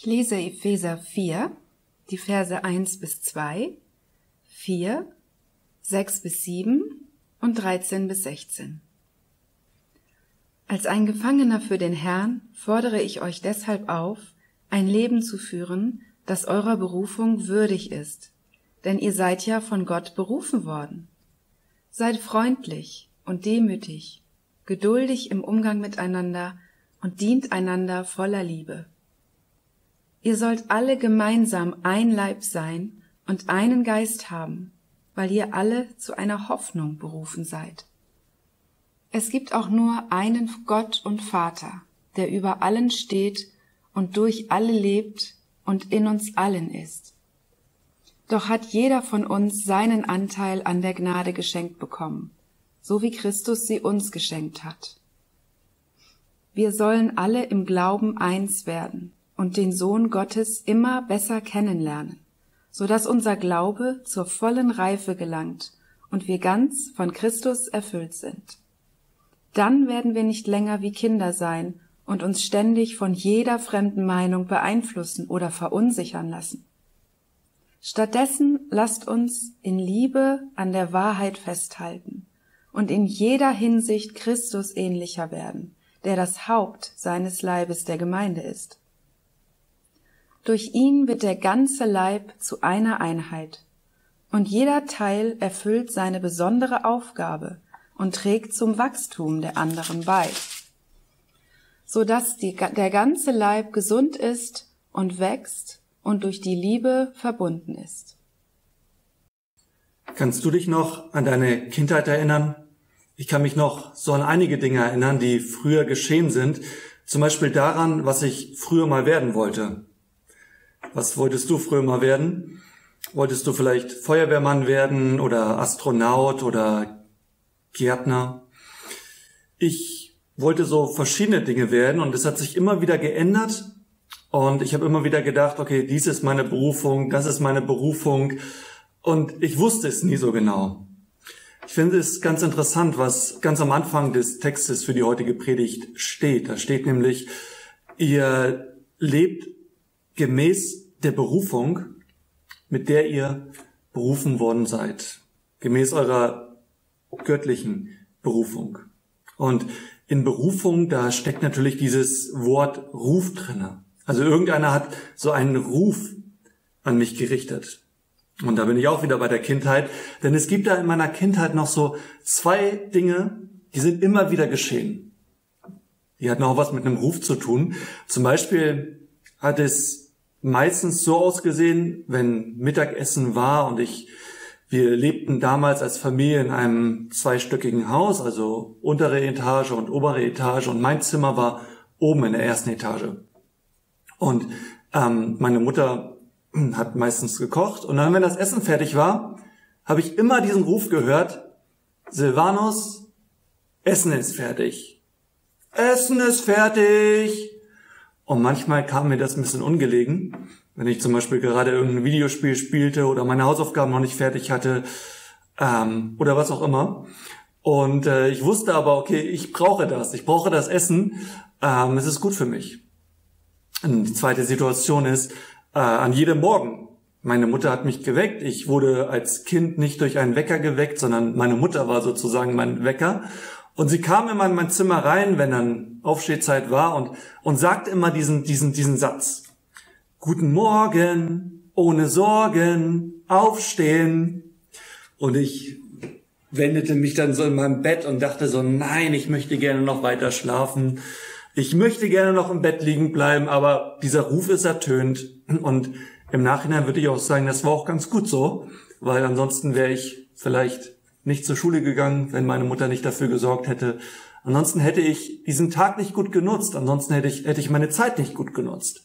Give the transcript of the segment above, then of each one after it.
Ich lese Epheser 4, die Verse 1 bis 2, 4, 6 bis 7 und 13 bis 16. Als ein Gefangener für den Herrn fordere ich euch deshalb auf, ein Leben zu führen, das eurer Berufung würdig ist, denn ihr seid ja von Gott berufen worden. Seid freundlich und demütig, geduldig im Umgang miteinander und dient einander voller Liebe. Ihr sollt alle gemeinsam ein Leib sein und einen Geist haben, weil ihr alle zu einer Hoffnung berufen seid. Es gibt auch nur einen Gott und Vater, der über allen steht und durch alle lebt und in uns allen ist. Doch hat jeder von uns seinen Anteil an der Gnade geschenkt bekommen, so wie Christus sie uns geschenkt hat. Wir sollen alle im Glauben eins werden und den Sohn Gottes immer besser kennenlernen, so dass unser Glaube zur vollen Reife gelangt und wir ganz von Christus erfüllt sind. Dann werden wir nicht länger wie Kinder sein und uns ständig von jeder fremden Meinung beeinflussen oder verunsichern lassen. Stattdessen lasst uns in Liebe an der Wahrheit festhalten und in jeder Hinsicht Christus ähnlicher werden, der das Haupt seines Leibes der Gemeinde ist. Durch ihn wird der ganze Leib zu einer Einheit, und jeder Teil erfüllt seine besondere Aufgabe und trägt zum Wachstum der anderen bei, so dass der ganze Leib gesund ist und wächst und durch die Liebe verbunden ist. Kannst du dich noch an deine Kindheit erinnern? Ich kann mich noch so an einige Dinge erinnern, die früher geschehen sind. Zum Beispiel daran, was ich früher mal werden wollte. Was wolltest du früher mal werden? Wolltest du vielleicht Feuerwehrmann werden oder Astronaut oder Gärtner? Ich wollte so verschiedene Dinge werden und es hat sich immer wieder geändert und ich habe immer wieder gedacht, okay, dies ist meine Berufung, das ist meine Berufung und ich wusste es nie so genau. Ich finde es ganz interessant, was ganz am Anfang des Textes für die heutige Predigt steht. Da steht nämlich, ihr lebt gemäß der Berufung, mit der ihr berufen worden seid. Gemäß eurer göttlichen Berufung. Und in Berufung, da steckt natürlich dieses Wort Ruf drinne. Also irgendeiner hat so einen Ruf an mich gerichtet. Und da bin ich auch wieder bei der Kindheit, denn es gibt da in meiner Kindheit noch so zwei Dinge, die sind immer wieder geschehen. Die hatten auch was mit einem Ruf zu tun. Zum Beispiel hat es meistens so ausgesehen, wenn Mittagessen war und wir lebten damals als Familie in einem zweistöckigen Haus, also untere Etage und obere Etage und mein Zimmer war oben in der ersten Etage. Und meine Mutter hat meistens gekocht und dann, wenn das Essen fertig war, habe ich immer diesen Ruf gehört, Silvanus, Essen ist fertig. Essen ist fertig. Und manchmal kam mir das ein bisschen ungelegen, wenn ich zum Beispiel gerade irgendein Videospiel spielte oder meine Hausaufgaben noch nicht fertig hatte oder was auch immer. Und ich wusste aber, okay, ich brauche das Essen, es ist gut für mich. Und die zweite Situation ist, an jedem Morgen. Meine Mutter hat mich geweckt. Ich wurde als Kind nicht durch einen Wecker geweckt, sondern meine Mutter war sozusagen mein Wecker. Und sie kam immer in mein Zimmer rein, wenn dann Aufstehzeit war und sagte immer diesen Satz. Guten Morgen, ohne Sorgen, aufstehen. Und ich wendete mich dann so in meinem Bett und dachte so, nein, ich möchte gerne noch weiter schlafen. Ich möchte gerne noch im Bett liegen bleiben, aber dieser Ruf ist ertönt. Und im Nachhinein würde ich auch sagen, das war auch ganz gut so, weil ansonsten wäre ich vielleicht nicht zur Schule gegangen, wenn meine Mutter nicht dafür gesorgt hätte. Ansonsten hätte ich diesen Tag nicht gut genutzt. Ansonsten hätte ich meine Zeit nicht gut genutzt.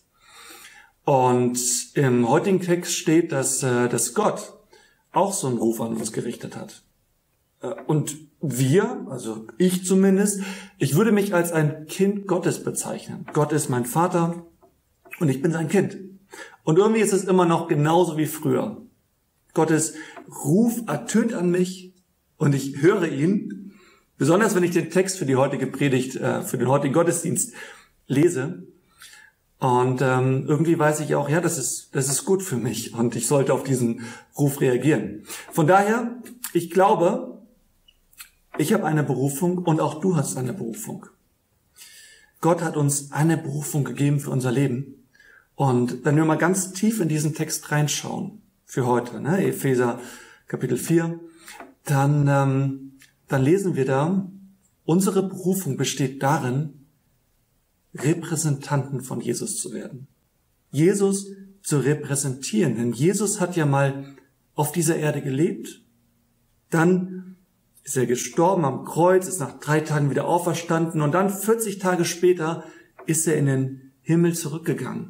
Und im heutigen Text steht, dass Gott auch so einen Ruf an uns gerichtet hat. Und wir, also ich zumindest, ich würde mich als ein Kind Gottes bezeichnen. Gott ist mein Vater und ich bin sein Kind. Und irgendwie ist es immer noch genauso wie früher. Gottes Ruf ertönt an mich und ich höre ihn, besonders wenn ich den Text für die heutige Predigt, für den heutigen Gottesdienst lese. Und irgendwie weiß ich auch, ja, das ist gut für mich und ich sollte auf diesen Ruf reagieren. Von daher, ich glaube, ich habe eine Berufung und auch du hast eine Berufung. Gott hat uns eine Berufung gegeben für unser Leben. Und wenn wir mal ganz tief in diesen Text reinschauen, für heute, Epheser Kapitel 4, dann lesen wir da, unsere Berufung besteht darin, Repräsentanten von Jesus zu werden. Jesus zu repräsentieren. Denn Jesus hat ja mal auf dieser Erde gelebt. Dann ist er gestorben am Kreuz, ist nach 3 Tagen wieder auferstanden und dann 40 Tage später ist er in den Himmel zurückgegangen.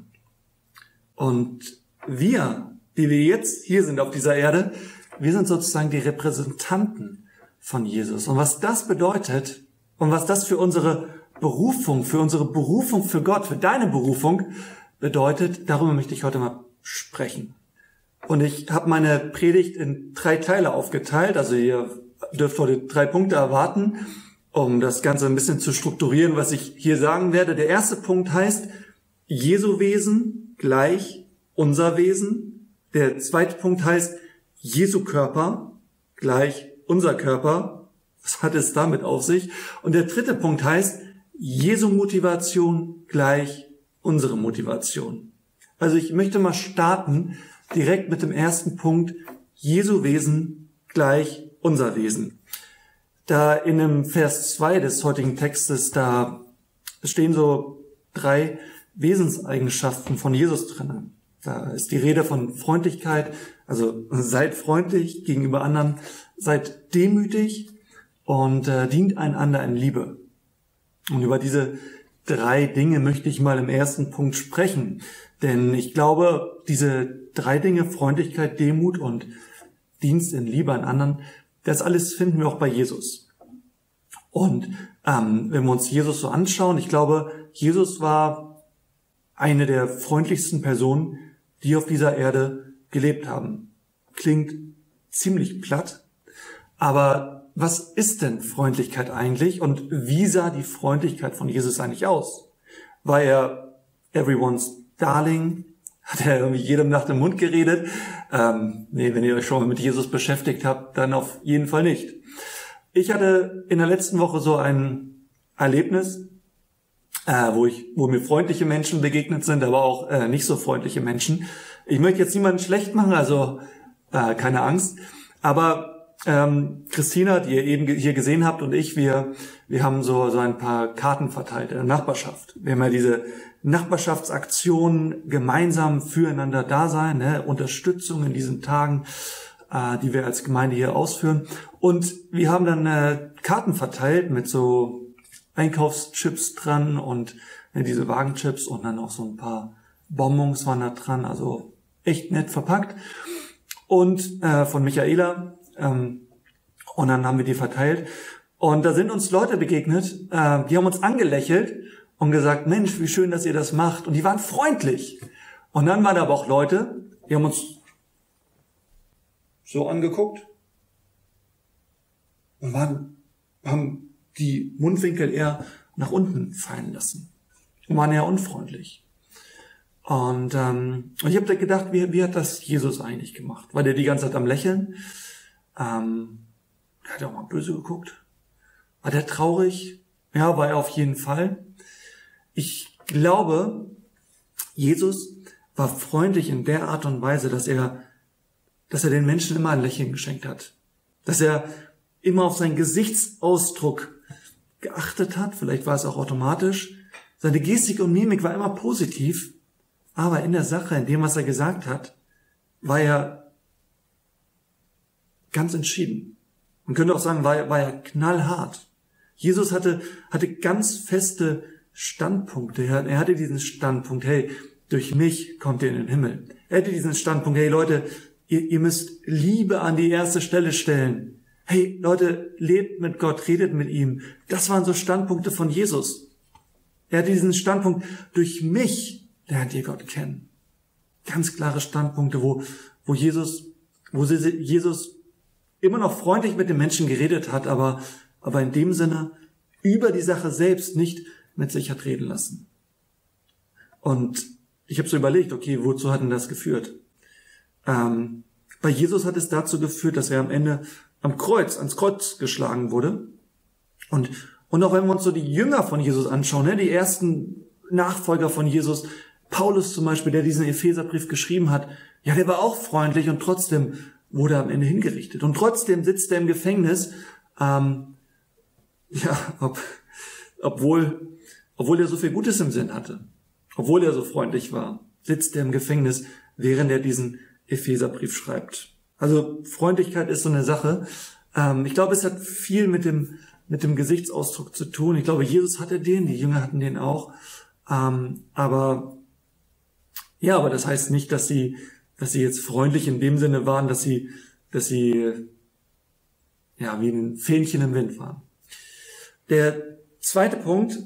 Und wir, die wir jetzt hier sind auf dieser Erde, wir sind sozusagen die Repräsentanten von Jesus. Und was das bedeutet und was das für unsere Berufung für Gott, für deine Berufung bedeutet, darüber möchte ich heute mal sprechen. Und ich habe meine Predigt in 3 Teile aufgeteilt, also ihr dürft heute 3 Punkte erwarten, um das Ganze ein bisschen zu strukturieren, was ich hier sagen werde. Der erste Punkt heißt, Jesu Wesen gleich unser Wesen. Der zweite Punkt heißt, Jesu Körper gleich unser Körper. Was hat es damit auf sich? Und der dritte Punkt heißt, Jesu Motivation gleich unsere Motivation. Also ich möchte mal starten direkt mit dem ersten Punkt, Jesu Wesen gleich unser Wesen. Da in dem Vers 2 des heutigen Textes, da stehen so 3 Wesenseigenschaften von Jesus drin. Da ist die Rede von Freundlichkeit, also seid freundlich gegenüber anderen, seid demütig und dient einander in Liebe. Und über diese 3 Dinge möchte ich mal im ersten Punkt sprechen. Denn ich glaube, diese 3 Dinge, Freundlichkeit, Demut und Dienst in Liebe an anderen, das alles finden wir auch bei Jesus. Und wenn wir uns Jesus so anschauen, ich glaube, Jesus war eine der freundlichsten Personen, die auf dieser Erde gelebt haben. Klingt ziemlich platt, aber was ist denn Freundlichkeit eigentlich und wie sah die Freundlichkeit von Jesus eigentlich aus? War er everyone's darling? Hat er irgendwie jedem nach dem Mund geredet? Nee, wenn ihr euch schon mal mit Jesus beschäftigt habt, dann auf jeden Fall nicht. Ich hatte in der letzten Woche so ein Erlebnis, wo mir freundliche Menschen begegnet sind, aber auch nicht so freundliche Menschen. Ich möchte jetzt niemanden schlecht machen, also keine Angst, aber Christina, die ihr eben hier gesehen habt, und ich, wir haben so ein paar Karten verteilt in der Nachbarschaft. Wir haben ja diese Nachbarschaftsaktion, gemeinsam füreinander da sein, Unterstützung in diesen Tagen, die wir als Gemeinde hier ausführen. Und wir haben dann Karten verteilt mit so Einkaufschips dran und diese Wagenchips und dann auch so ein paar Bonbons waren da dran, also echt nett verpackt. Und von Michaela, und dann haben wir die verteilt. Und da sind uns Leute begegnet, die haben uns angelächelt und gesagt, Mensch, wie schön, dass ihr das macht. Und die waren freundlich. Und dann waren da aber auch Leute, die haben uns so angeguckt und haben die Mundwinkel eher nach unten fallen lassen und waren eher unfreundlich. Und ich habe da gedacht, wie hat das Jesus eigentlich gemacht? War der die ganze Zeit am Lächeln? Hat er auch mal böse geguckt? War der traurig? Ja, war er auf jeden Fall. Ich glaube, Jesus war freundlich in der Art und Weise, dass er den Menschen immer ein Lächeln geschenkt hat. Dass er immer auf seinen Gesichtsausdruck geachtet hat. Vielleicht war es auch automatisch. Seine Gestik und Mimik war immer positiv. Aber in der Sache, in dem, was er gesagt hat, war er ganz entschieden. Man könnte auch sagen, war er knallhart. Jesus hatte ganz feste Standpunkte. Er hatte diesen Standpunkt, hey, durch mich kommt ihr in den Himmel. Er hatte diesen Standpunkt, hey Leute, ihr müsst Liebe an die erste Stelle stellen. Hey Leute, lebt mit Gott, redet mit ihm. Das waren so Standpunkte von Jesus. Er hatte diesen Standpunkt, durch mich lernt ihr Gott kennen. Ganz klare Standpunkte, wo Jesus immer noch freundlich mit den Menschen geredet hat, aber in dem Sinne über die Sache selbst nicht mit sich hat reden lassen. Und ich habe so überlegt, okay, wozu hat denn das geführt? Bei Jesus hat es dazu geführt, dass er am Ende ans Kreuz geschlagen wurde. Und auch wenn wir uns so die Jünger von Jesus anschauen, ne, die ersten Nachfolger von Jesus, Paulus zum Beispiel, der diesen Epheserbrief geschrieben hat, ja, der war auch freundlich und trotzdem wurde er am Ende hingerichtet. Und trotzdem sitzt er im Gefängnis, obwohl er so viel Gutes im Sinn hatte, obwohl er so freundlich war, sitzt er im Gefängnis, während er diesen Epheserbrief schreibt. Also Freundlichkeit ist so eine Sache. Ich glaube, es hat viel mit dem Gesichtsausdruck zu tun. Ich glaube, Jesus hatte den, die Jünger hatten den auch. Aber das heißt nicht, dass sie jetzt freundlich in dem Sinne waren, dass sie wie ein Fähnchen im Wind waren. Der zweite Punkt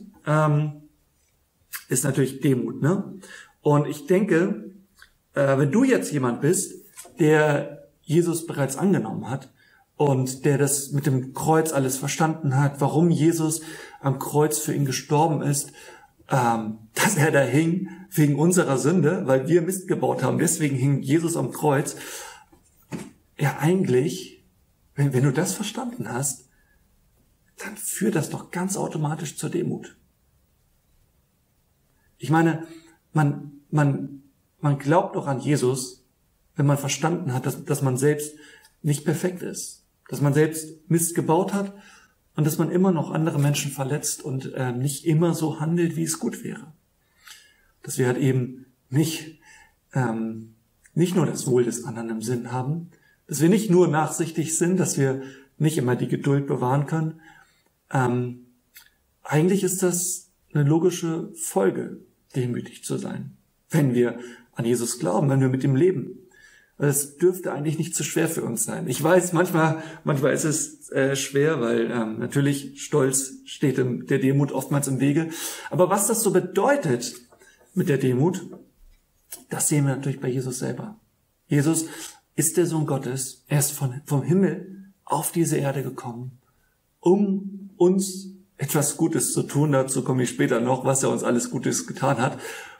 ist natürlich Demut, ne? Und ich denke, wenn du jetzt jemand bist, der Jesus bereits angenommen hat und der das mit dem Kreuz alles verstanden hat, warum Jesus am Kreuz für ihn gestorben ist, dass er da hing wegen unserer Sünde, weil wir Mist gebaut haben, deswegen hing Jesus am Kreuz. Ja, eigentlich, wenn du das verstanden hast, dann führt das doch ganz automatisch zur Demut. Ich meine, man glaubt doch an Jesus, wenn man verstanden hat, dass man selbst nicht perfekt ist, dass man selbst Mist gebaut hat und dass man immer noch andere Menschen verletzt und nicht immer so handelt, wie es gut wäre. Dass wir halt eben nicht nur das Wohl des anderen im Sinn haben, dass wir nicht nur nachsichtig sind, dass wir nicht immer die Geduld bewahren können. Eigentlich ist das eine logische Folge, demütig zu sein, wenn wir an Jesus glauben, wenn wir mit ihm leben. Es dürfte eigentlich nicht zu schwer für uns sein. Ich weiß, manchmal ist es schwer, weil natürlich Stolz steht der Demut oftmals im Wege. Aber was das so bedeutet mit der Demut, das sehen wir natürlich bei Jesus selber. Jesus ist der Sohn Gottes. Er ist vom Himmel auf diese Erde gekommen, um uns etwas Gutes zu tun. Dazu komme ich später noch, was er uns alles Gutes getan hat.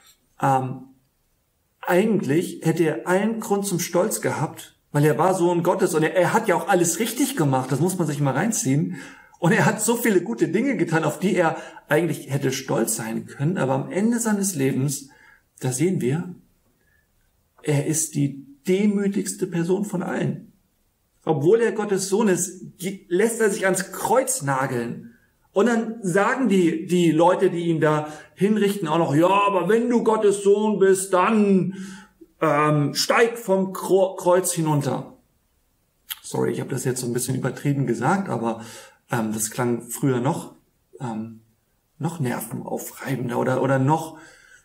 Eigentlich hätte er allen Grund zum Stolz gehabt, weil er war Sohn Gottes und er hat ja auch alles richtig gemacht, das muss man sich mal reinziehen. Und er hat so viele gute Dinge getan, auf die er eigentlich hätte stolz sein können, aber am Ende seines Lebens, da sehen wir, er ist die demütigste Person von allen. Obwohl er Gottes Sohn ist, lässt er sich ans Kreuz nageln. Und dann sagen die Leute, die ihn da hinrichten, auch noch, ja, aber wenn du Gottes Sohn bist, dann steig vom Kreuz hinunter. Sorry, ich habe das jetzt so ein bisschen übertrieben gesagt, aber das klang früher noch nervenaufreibender oder noch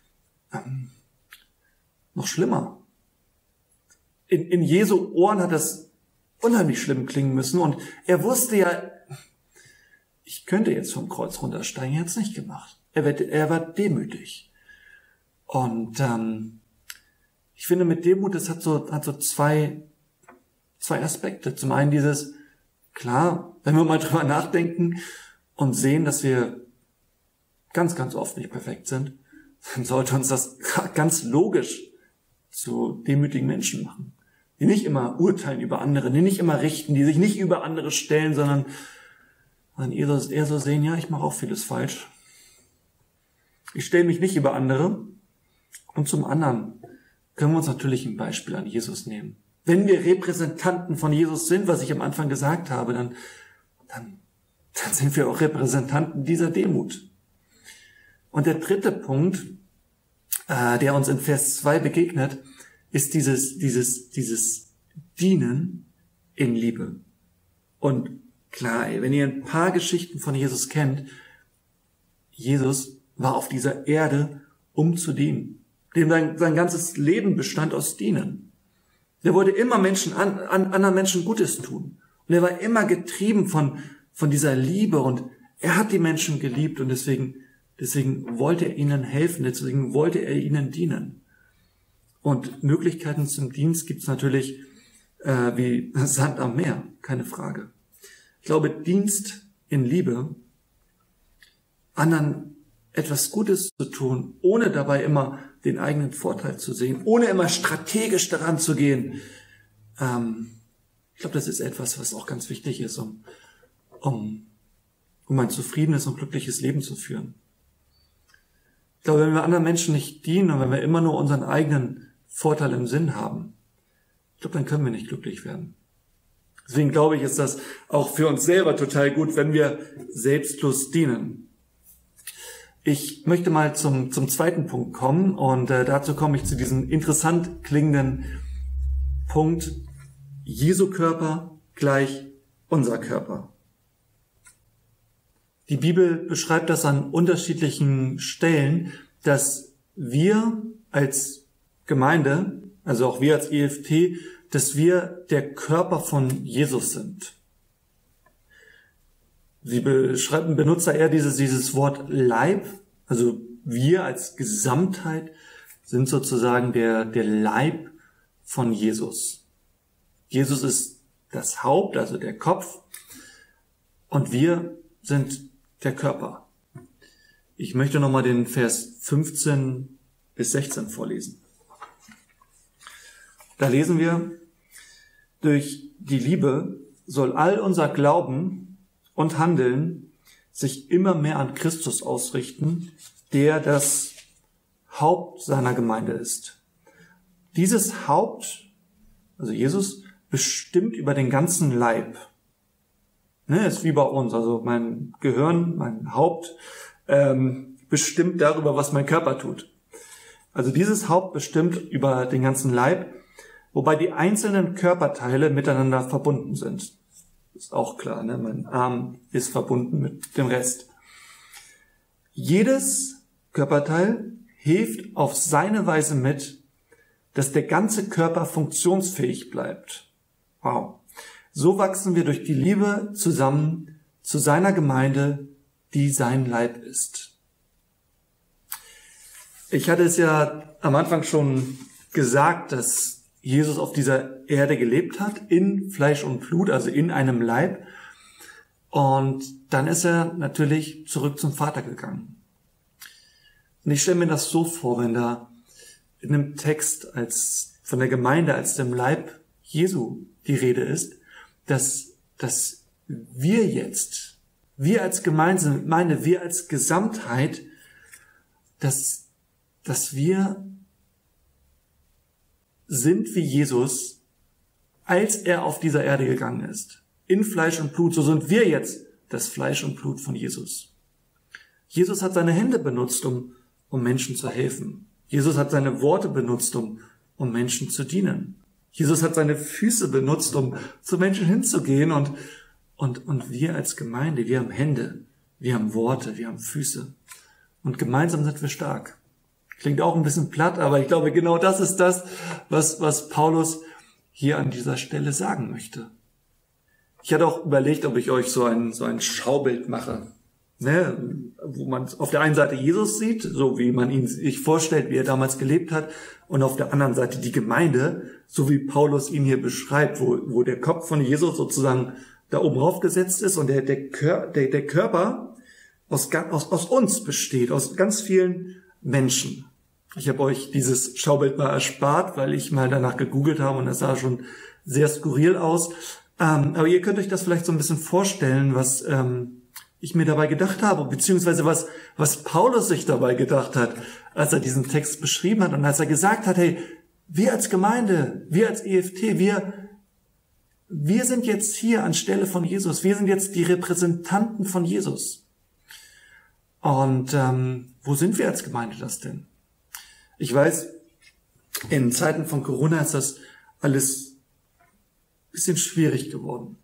schlimmer. In Jesu Ohren hat das unheimlich schlimm klingen müssen und er wusste ja, ich könnte jetzt vom Kreuz runtersteigen, er hat es nicht gemacht. Er war demütig. Und ich finde, mit Demut, das hat so zwei Aspekte. Zum einen dieses, klar, wenn wir mal drüber nachdenken und sehen, dass wir ganz, ganz oft nicht perfekt sind, dann sollte uns das ganz logisch zu demütigen Menschen machen. Die nicht immer urteilen über andere, die nicht immer richten, die sich nicht über andere stellen, sondern eher so sehen, ja, ich mache auch vieles falsch. Ich stelle mich nicht über andere. Und zum anderen können wir uns natürlich ein Beispiel an Jesus nehmen. Wenn wir Repräsentanten von Jesus sind, was ich am Anfang gesagt habe, dann sind wir auch Repräsentanten dieser Demut. Und der dritte Punkt, der uns in Vers 2 begegnet, ist dieses Dienen in Liebe. Und klar, wenn ihr ein paar Geschichten von Jesus kennt, Jesus war auf dieser Erde, um zu dienen. Dem sein ganzes Leben bestand aus Dienen. Er wollte immer anderen Menschen Gutes tun. Und er war immer getrieben von dieser Liebe und er hat die Menschen geliebt und deswegen wollte er ihnen helfen, deswegen wollte er ihnen dienen. Und Möglichkeiten zum Dienst gibt's natürlich wie Sand am Meer, keine Frage. Ich glaube, Dienst in Liebe, anderen etwas Gutes zu tun, ohne dabei immer den eigenen Vorteil zu sehen, ohne immer strategisch daran zu gehen. Ich glaube, das ist etwas, was auch ganz wichtig ist, um ein zufriedenes und glückliches Leben zu führen. Ich glaube, wenn wir anderen Menschen nicht dienen und wenn wir immer nur unseren eigenen Vorteil im Sinn haben, ich glaube, dann können wir nicht glücklich werden. Deswegen glaube ich, ist das auch für uns selber total gut, wenn wir selbstlos dienen. Ich möchte mal zum zweiten Punkt kommen und dazu komme ich zu diesem interessant klingenden Punkt: Jesu Körper gleich unser Körper. Die Bibel beschreibt das an unterschiedlichen Stellen, dass wir als Gemeinde, also auch wir als EFT, dass wir der Körper von Jesus sind. Sie benutzt da eher dieses Wort Leib, also wir als Gesamtheit sind sozusagen der Leib von Jesus. Jesus ist das Haupt, also der Kopf, und wir sind der Körper. Ich möchte nochmal den Vers 15 bis 16 vorlesen. Da lesen wir: Durch die Liebe soll all unser Glauben und Handeln sich immer mehr an Christus ausrichten, der das Haupt seiner Gemeinde ist. Dieses Haupt, also Jesus, bestimmt über den ganzen Leib. Ist wie bei uns, also mein Gehirn, mein Haupt bestimmt darüber, was mein Körper tut. Also dieses Haupt bestimmt über den ganzen Leib, wobei die einzelnen Körperteile miteinander verbunden sind. Ist auch klar, ne? Mein Arm ist verbunden mit dem Rest. Jedes Körperteil hilft auf seine Weise mit, dass der ganze Körper funktionsfähig bleibt. Wow. So wachsen wir durch die Liebe zusammen zu seiner Gemeinde, die sein Leib ist. Ich hatte es ja am Anfang schon gesagt, dass Jesus auf dieser Erde gelebt hat, in Fleisch und Blut, also in einem Leib. Und dann ist er natürlich zurück zum Vater gegangen. Und ich stelle mir das so vor, wenn da in einem Text von der Gemeinde als dem Leib Jesu die Rede ist, dass wir jetzt, wir als Gemeinde, wir als Gesamtheit, dass wir sind wie Jesus, als er auf dieser Erde gegangen ist. In Fleisch und Blut, so sind wir jetzt das Fleisch und Blut von Jesus. Jesus hat seine Hände benutzt, um Menschen zu helfen. Jesus hat seine Worte benutzt, um Menschen zu dienen. Jesus hat seine Füße benutzt, um zu Menschen hinzugehen, und wir als Gemeinde, wir haben Hände, wir haben Worte, wir haben Füße. Und gemeinsam sind wir stark. Klingt auch ein bisschen platt, aber ich glaube, genau das ist das, was Paulus hier an dieser Stelle sagen möchte. Ich hatte auch überlegt, ob ich euch so ein Schaubild mache, wo man auf der einen Seite Jesus sieht, so wie man ihn sich vorstellt, wie er damals gelebt hat, und auf der anderen Seite die Gemeinde, so wie Paulus ihn hier beschreibt, wo der Kopf von Jesus sozusagen da oben drauf gesetzt ist und der Körper aus uns besteht, aus ganz vielen Menschen. Ich habe euch dieses Schaubild mal erspart, weil ich mal danach gegoogelt habe und das sah schon sehr skurril aus. Aber ihr könnt euch das vielleicht so ein bisschen vorstellen, was ich mir dabei gedacht habe, beziehungsweise was Paulus sich dabei gedacht hat, als er diesen Text beschrieben hat und als er gesagt hat, hey, wir als Gemeinde, wir als EFT, wir sind jetzt hier anstelle von Jesus, wir sind jetzt die Repräsentanten von Jesus. Und wo sind wir als Gemeinde das denn? Ich weiß, in Zeiten von Corona ist das alles ein bisschen schwierig geworden.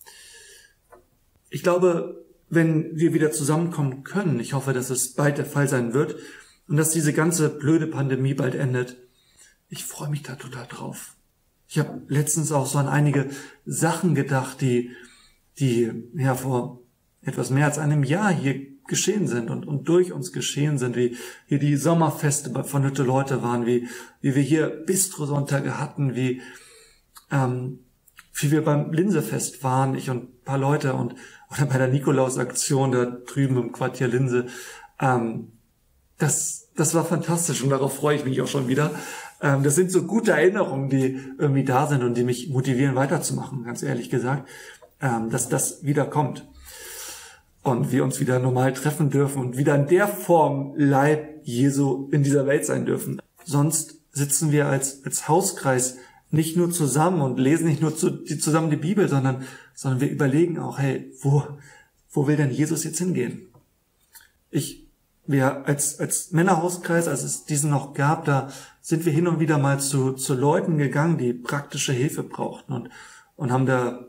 Ich glaube, wenn wir wieder zusammenkommen können, ich hoffe, dass es bald der Fall sein wird und dass diese ganze blöde Pandemie bald endet, ich freue mich da total drauf. Ich habe letztens auch so an einige Sachen gedacht, die ja vor etwas mehr als einem Jahr hier geschehen sind und durch uns geschehen sind, wie hier die Sommerfeste von Hütte Leute waren, wie wir hier Bistro-Sonntage hatten, wie wir beim Linsefest waren, ich und ein paar Leute, oder bei der Nikolaus-Aktion da drüben im Quartier Linse. das war fantastisch und darauf freue ich mich auch schon wieder. Das sind so gute Erinnerungen, die irgendwie da sind und die mich motivieren, weiterzumachen, ganz ehrlich gesagt, dass das wieder kommt und wir uns wieder normal treffen dürfen und wieder in der Form Leib Jesu in dieser Welt sein dürfen. Sonst sitzen wir als Hauskreis nicht nur zusammen und lesen nicht nur zusammen die Bibel, sondern wir überlegen auch, hey, wo will denn Jesus jetzt hingehen? Wir als Männerhauskreis, als es diesen noch gab, da sind wir hin und wieder mal zu Leuten gegangen, die praktische Hilfe brauchten und haben da,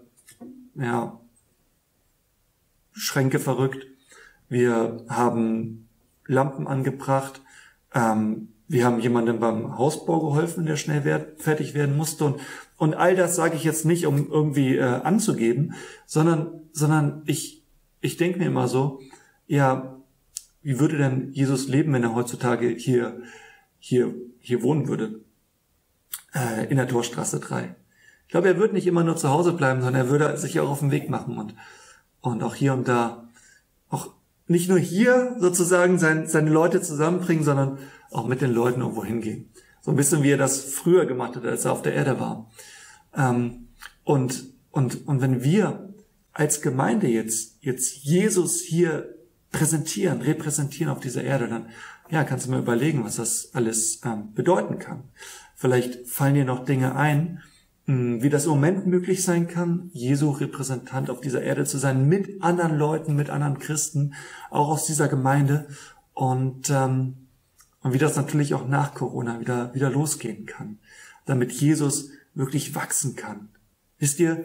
Schränke verrückt. Wir haben Lampen angebracht. Wir haben jemandem beim Hausbau geholfen, der schnell fertig werden musste. Und all das sage ich jetzt nicht, um irgendwie anzugeben, sondern ich denke mir immer so, ja, wie würde denn Jesus leben, wenn er heutzutage hier wohnen würde? In der Torstraße 3. Ich glaube, er würde nicht immer nur zu Hause bleiben, sondern er würde sich auch auf den Weg machen und auch hier und da, auch nicht nur hier sozusagen seine Leute zusammenbringen, sondern auch mit den Leuten irgendwo hingehen. So ein bisschen wie er das früher gemacht hat, als er auf der Erde war. Und wenn wir als Gemeinde jetzt Jesus hier repräsentieren auf dieser Erde, dann kannst du mal überlegen, was das alles bedeuten kann. Vielleicht fallen dir noch Dinge ein, wie das im Moment möglich sein kann, Jesu Repräsentant auf dieser Erde zu sein, mit anderen Leuten, mit anderen Christen, auch aus dieser Gemeinde und wie das natürlich auch nach Corona wieder losgehen kann, damit Jesus wirklich wachsen kann. Wisst ihr,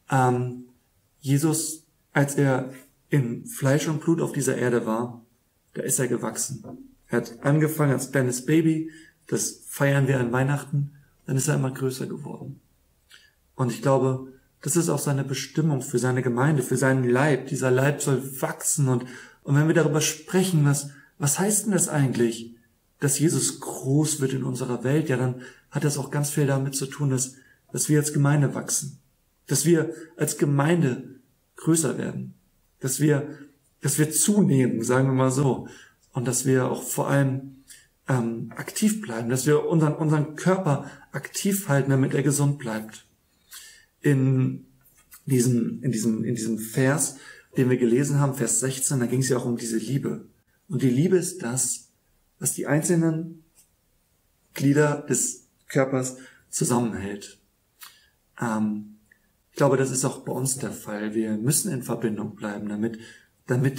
Jesus, als er in Fleisch und Blut auf dieser Erde war, da ist er gewachsen. Er hat angefangen als kleines Baby, das feiern wir an Weihnachten, dann ist er immer größer geworden. Und ich glaube, das ist auch seine Bestimmung für seine Gemeinde, für seinen Leib. Dieser Leib soll wachsen und wenn wir darüber sprechen, was heißt denn das eigentlich, dass Jesus groß wird in unserer Welt? Ja, dann hat das auch ganz viel damit zu tun, dass wir als Gemeinde wachsen, dass wir als Gemeinde größer werden, dass wir zunehmen, sagen wir mal so, und dass wir auch vor allem aktiv bleiben, dass wir unseren Körper aktiv halten, damit er gesund bleibt. In diesem Vers, den wir gelesen haben, Vers 16, da ging es ja auch um diese Liebe. Und die Liebe ist das, was die einzelnen Glieder des Körpers zusammenhält. Ich glaube, das ist auch bei uns der Fall. Wir müssen in Verbindung bleiben, damit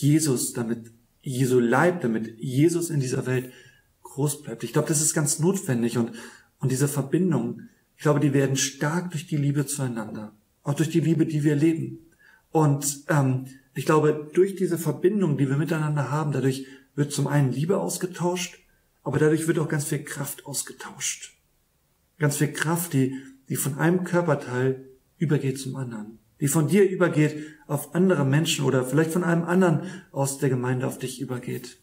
Jesu Leib, damit Jesus in dieser Welt groß bleibt. Ich glaube, das ist ganz notwendig und diese Verbindung, ich glaube, die werden stark durch die Liebe zueinander, auch durch die Liebe, die wir leben. Und ich glaube, durch diese Verbindung, die wir miteinander haben, dadurch wird zum einen Liebe ausgetauscht, aber dadurch wird auch ganz viel Kraft ausgetauscht. Ganz viel Kraft, die von einem Körperteil übergeht zum anderen. Die von dir übergeht auf andere Menschen oder vielleicht von einem anderen aus der Gemeinde auf dich übergeht.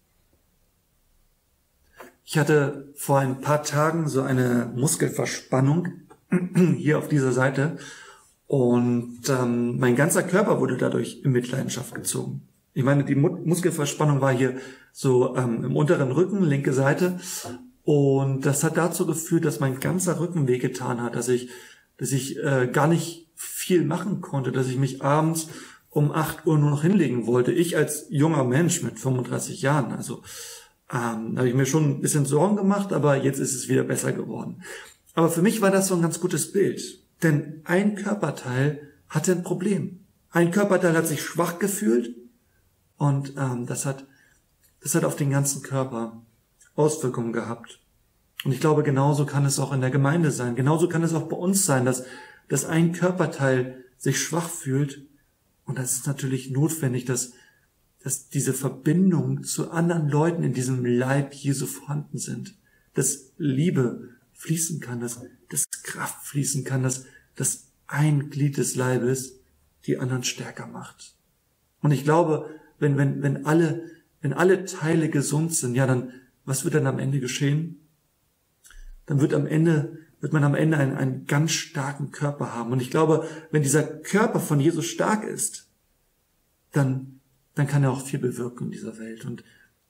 Ich hatte vor ein paar Tagen so eine Muskelverspannung hier auf dieser Seite und mein ganzer Körper wurde dadurch in Mitleidenschaft gezogen. Ich meine, die Muskelverspannung war hier so im unteren Rücken, linke Seite, und das hat dazu geführt, dass mein ganzer Rücken wehgetan hat, dass ich gar nicht viel machen konnte, dass ich mich abends um 8 Uhr nur noch hinlegen wollte. Ich als junger Mensch mit 35 Jahren, also habe ich mir schon ein bisschen Sorgen gemacht, aber jetzt ist es wieder besser geworden. Aber für mich war das so ein ganz gutes Bild, denn ein Körperteil hatte ein Problem. Ein Körperteil hat sich schwach gefühlt und das hat auf den ganzen Körper Auswirkungen gehabt. Und ich glaube, genauso kann es auch in der Gemeinde sein. Genauso kann es auch bei uns sein, dass ein Körperteil sich schwach fühlt. Und das ist natürlich notwendig, dass diese Verbindung zu anderen Leuten in diesem Leib Jesu vorhanden sind. Dass Liebe fließen kann, dass Kraft fließen kann, dass ein Glied des Leibes die anderen stärker macht. Und ich glaube, wenn alle Teile gesund sind, ja, dann, was wird dann am Ende geschehen? Dann wird man am Ende einen ganz starken Körper haben. Und ich glaube, wenn dieser Körper von Jesus stark ist, dann kann er auch viel bewirken in dieser Welt. Und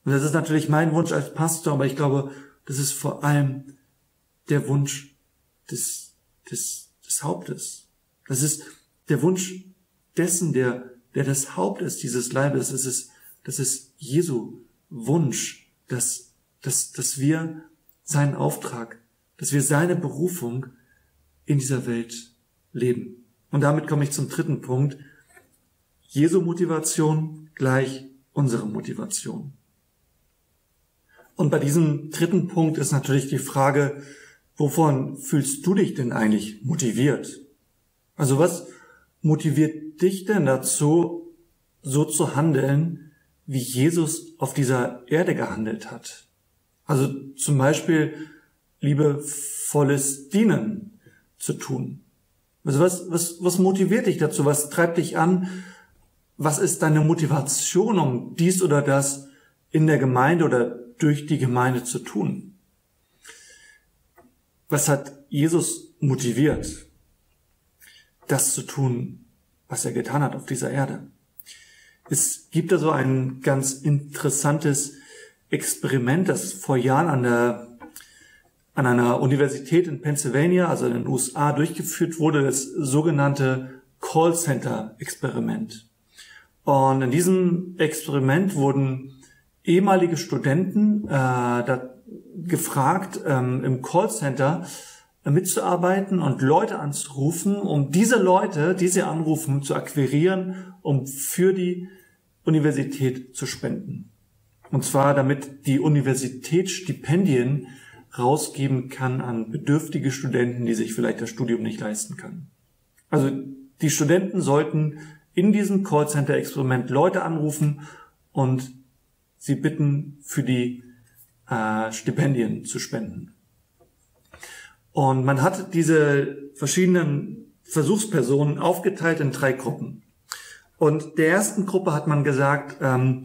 Und das ist natürlich mein Wunsch als Pastor, aber ich glaube, das ist vor allem der Wunsch des Hauptes. Das ist der Wunsch dessen, der das Haupt ist dieses Leibes. Das ist Jesu Wunsch, dass wir seinen Auftrag, dass wir seine Berufung in dieser Welt leben. Und damit komme ich zum dritten Punkt. Jesu Motivation gleich unsere Motivation. Und bei diesem dritten Punkt ist natürlich die Frage, wovon fühlst du dich denn eigentlich motiviert? Also was motiviert dich denn dazu, so zu handeln, wie Jesus auf dieser Erde gehandelt hat? Also zum Beispiel liebevolles Dienen zu tun. Also was motiviert dich dazu? Was treibt dich an? Was ist deine Motivation, um dies oder das in der Gemeinde oder durch die Gemeinde zu tun? Was hat Jesus motiviert, das zu tun, was er getan hat auf dieser Erde? Es gibt da so ein ganz interessantes Experiment, das vor Jahren an einer Universität in Pennsylvania, also in den USA, durchgeführt wurde, das sogenannte Callcenter-Experiment. Und in diesem Experiment wurden ehemalige Studenten gefragt, im Callcenter mitzuarbeiten und Leute anzurufen, um diese Leute, die sie anrufen, zu akquirieren, um für die Universität zu spenden. Und zwar, damit die Universität Stipendien rausgeben kann an bedürftige Studenten, die sich vielleicht das Studium nicht leisten können. Also die Studenten sollten in diesem Callcenter-Experiment Leute anrufen und sie bitten, für die Stipendien zu spenden. Und man hat diese verschiedenen Versuchspersonen aufgeteilt in 3 Gruppen. Und der ersten Gruppe hat man gesagt,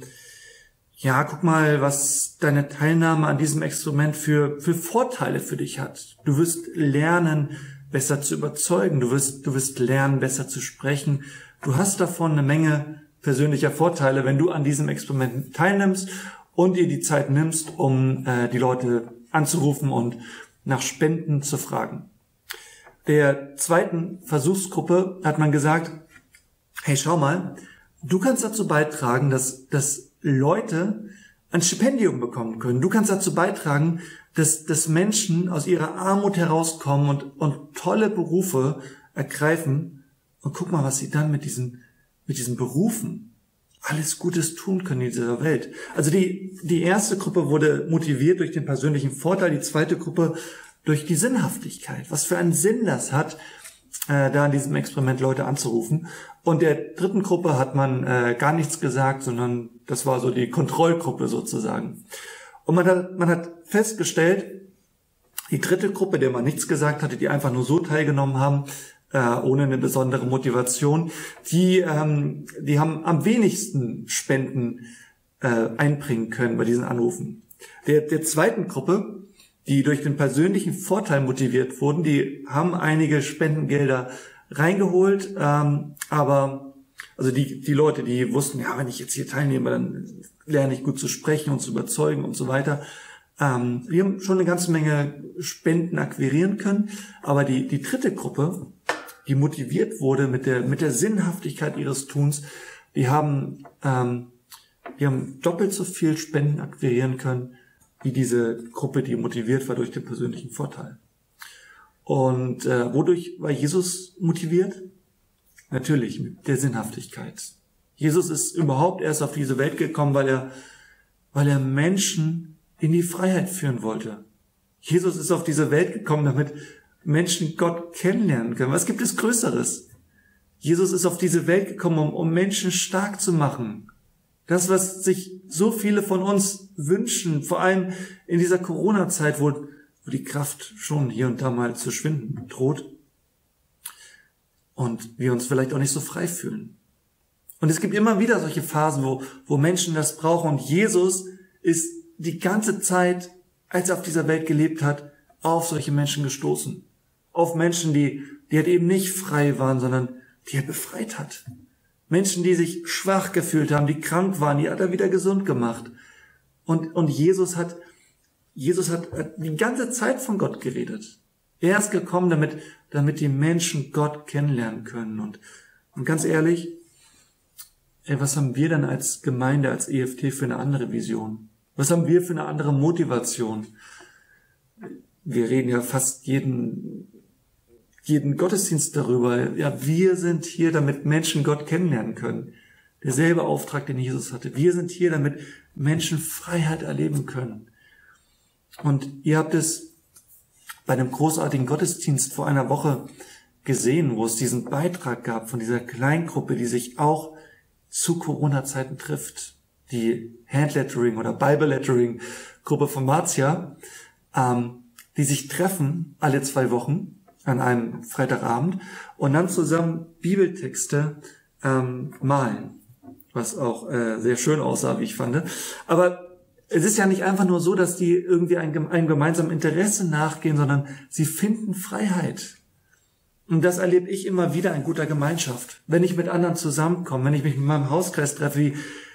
ja, guck mal, was deine Teilnahme an diesem Experiment für Vorteile für dich hat. Du wirst lernen, besser zu überzeugen. Du wirst lernen, besser zu sprechen. Du hast davon eine Menge persönlicher Vorteile, wenn du an diesem Experiment teilnimmst und dir die Zeit nimmst, um die Leute anzurufen und nach Spenden zu fragen. Der zweiten Versuchsgruppe hat man gesagt, hey, schau mal, du kannst dazu beitragen, dass Leute ein Stipendium bekommen können. Du kannst dazu beitragen, dass Menschen aus ihrer Armut herauskommen und tolle Berufe ergreifen. Und guck mal, was sie dann mit diesen Berufen alles Gutes tun können in dieser Welt. Also die erste Gruppe wurde motiviert durch den persönlichen Vorteil, die zweite Gruppe durch die Sinnhaftigkeit. Was für einen Sinn das hat, da in diesem Experiment Leute anzurufen. Und der dritten Gruppe hat man gar nichts gesagt, sondern das war so die Kontrollgruppe sozusagen. Und man hat festgestellt, die dritte Gruppe, der man nichts gesagt hatte, die einfach nur so teilgenommen haben, ohne eine besondere Motivation, die haben am wenigsten Spenden einbringen können bei diesen Anrufen. Der zweiten Gruppe, die durch den persönlichen Vorteil motiviert wurden, die haben einige Spendengelder reingeholt, aber also die Leute, die wussten, ja, wenn ich jetzt hier teilnehme, dann lerne ich gut zu sprechen und zu überzeugen und so weiter. Wir haben schon eine ganze Menge Spenden akquirieren können, aber die dritte Gruppe, die motiviert wurde mit der Sinnhaftigkeit ihres Tuns, die haben doppelt so viel Spenden akquirieren können, wie diese Gruppe, die motiviert war durch den persönlichen Vorteil. Und wodurch war Jesus motiviert? Natürlich mit der Sinnhaftigkeit. Jesus ist überhaupt erst auf diese Welt gekommen, weil er Menschen in die Freiheit führen wollte. Jesus ist auf diese Welt gekommen, damit Menschen Gott kennenlernen können. Was gibt es Größeres? Jesus ist auf diese Welt gekommen, um Menschen stark zu machen. Das, was sich so viele von uns wünschen, vor allem in dieser Corona-Zeit, wo die Kraft schon hier und da mal zu schwinden droht und wir uns vielleicht auch nicht so frei fühlen. Und es gibt immer wieder solche Phasen, wo Menschen das brauchen. Und Jesus ist die ganze Zeit, als er auf dieser Welt gelebt hat, auf solche Menschen gestoßen. Auf Menschen, die halt eben nicht frei waren, sondern die er befreit hat. Menschen, die sich schwach gefühlt haben, die krank waren, die hat er wieder gesund gemacht. Und Jesus hat die ganze Zeit von Gott geredet. Er ist gekommen, damit die Menschen Gott kennenlernen können. Und ganz ehrlich, was haben wir denn als Gemeinde, als EFT für eine andere Vision? Was haben wir für eine andere Motivation? Wir reden ja fast jeden Gottesdienst darüber. Ja, wir sind hier, damit Menschen Gott kennenlernen können. Derselbe Auftrag, den Jesus hatte. Wir sind hier, damit Menschen Freiheit erleben können. Und ihr habt es bei einem großartigen Gottesdienst vor einer Woche gesehen, wo es diesen Beitrag gab von dieser Kleingruppe, die sich auch zu Corona-Zeiten trifft. Die Handlettering oder Bible-Lettering-Gruppe von Marzia, die sich treffen alle 2 Wochen an einem Freitagabend und dann zusammen Bibeltexte malen, was auch sehr schön aussah, wie ich fand. Aber es ist ja nicht einfach nur so, dass die irgendwie einem gemeinsamen Interesse nachgehen, sondern sie finden Freiheit. Und das erlebe ich immer wieder in guter Gemeinschaft. Wenn ich mit anderen zusammenkomme, wenn ich mich mit meinem Hauskreis treffe,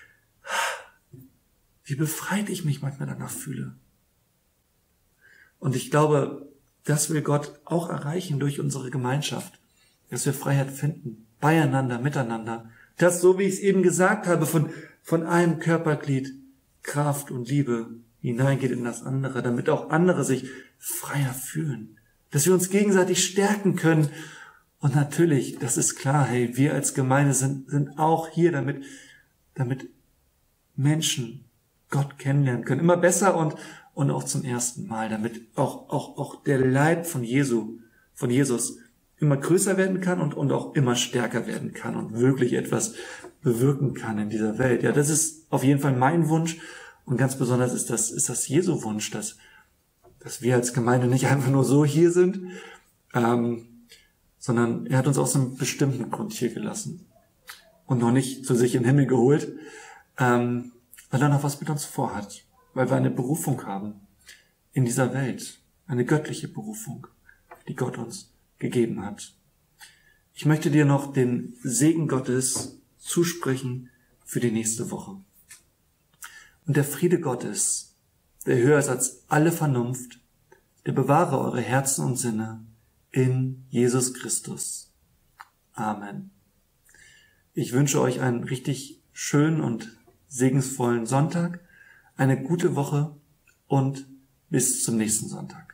wie befreit ich mich manchmal danach fühle. Und ich glaube, das will Gott auch erreichen durch unsere Gemeinschaft, dass wir Freiheit finden, beieinander, miteinander. Dass, so wie ich es eben gesagt habe, von einem Körperglied Kraft und Liebe hineingeht in das andere, damit auch andere sich freier fühlen. Dass wir uns gegenseitig stärken können. Und natürlich, das ist klar, hey, wir als Gemeinde sind auch hier, damit Menschen Gott kennenlernen können. Immer besser und auch zum ersten Mal, damit auch der Leib von Jesus immer größer werden kann und auch immer stärker werden kann und wirklich etwas bewirken kann in dieser Welt. Ja, das ist auf jeden Fall mein Wunsch und ganz besonders ist das Jesu Wunsch, dass wir als Gemeinde nicht einfach nur so hier sind, sondern er hat uns aus einem bestimmten Grund hier gelassen und noch nicht zu sich in den Himmel geholt, weil er noch was mit uns vorhat, weil wir eine Berufung haben in dieser Welt, eine göttliche Berufung, die Gott uns gegeben hat. Ich möchte dir noch den Segen Gottes zusprechen für die nächste Woche. Und der Friede Gottes, der höher ist als alle Vernunft, der bewahre eure Herzen und Sinne in Jesus Christus. Amen. Ich wünsche euch einen richtig schönen und segensvollen Sonntag, eine gute Woche und bis zum nächsten Sonntag.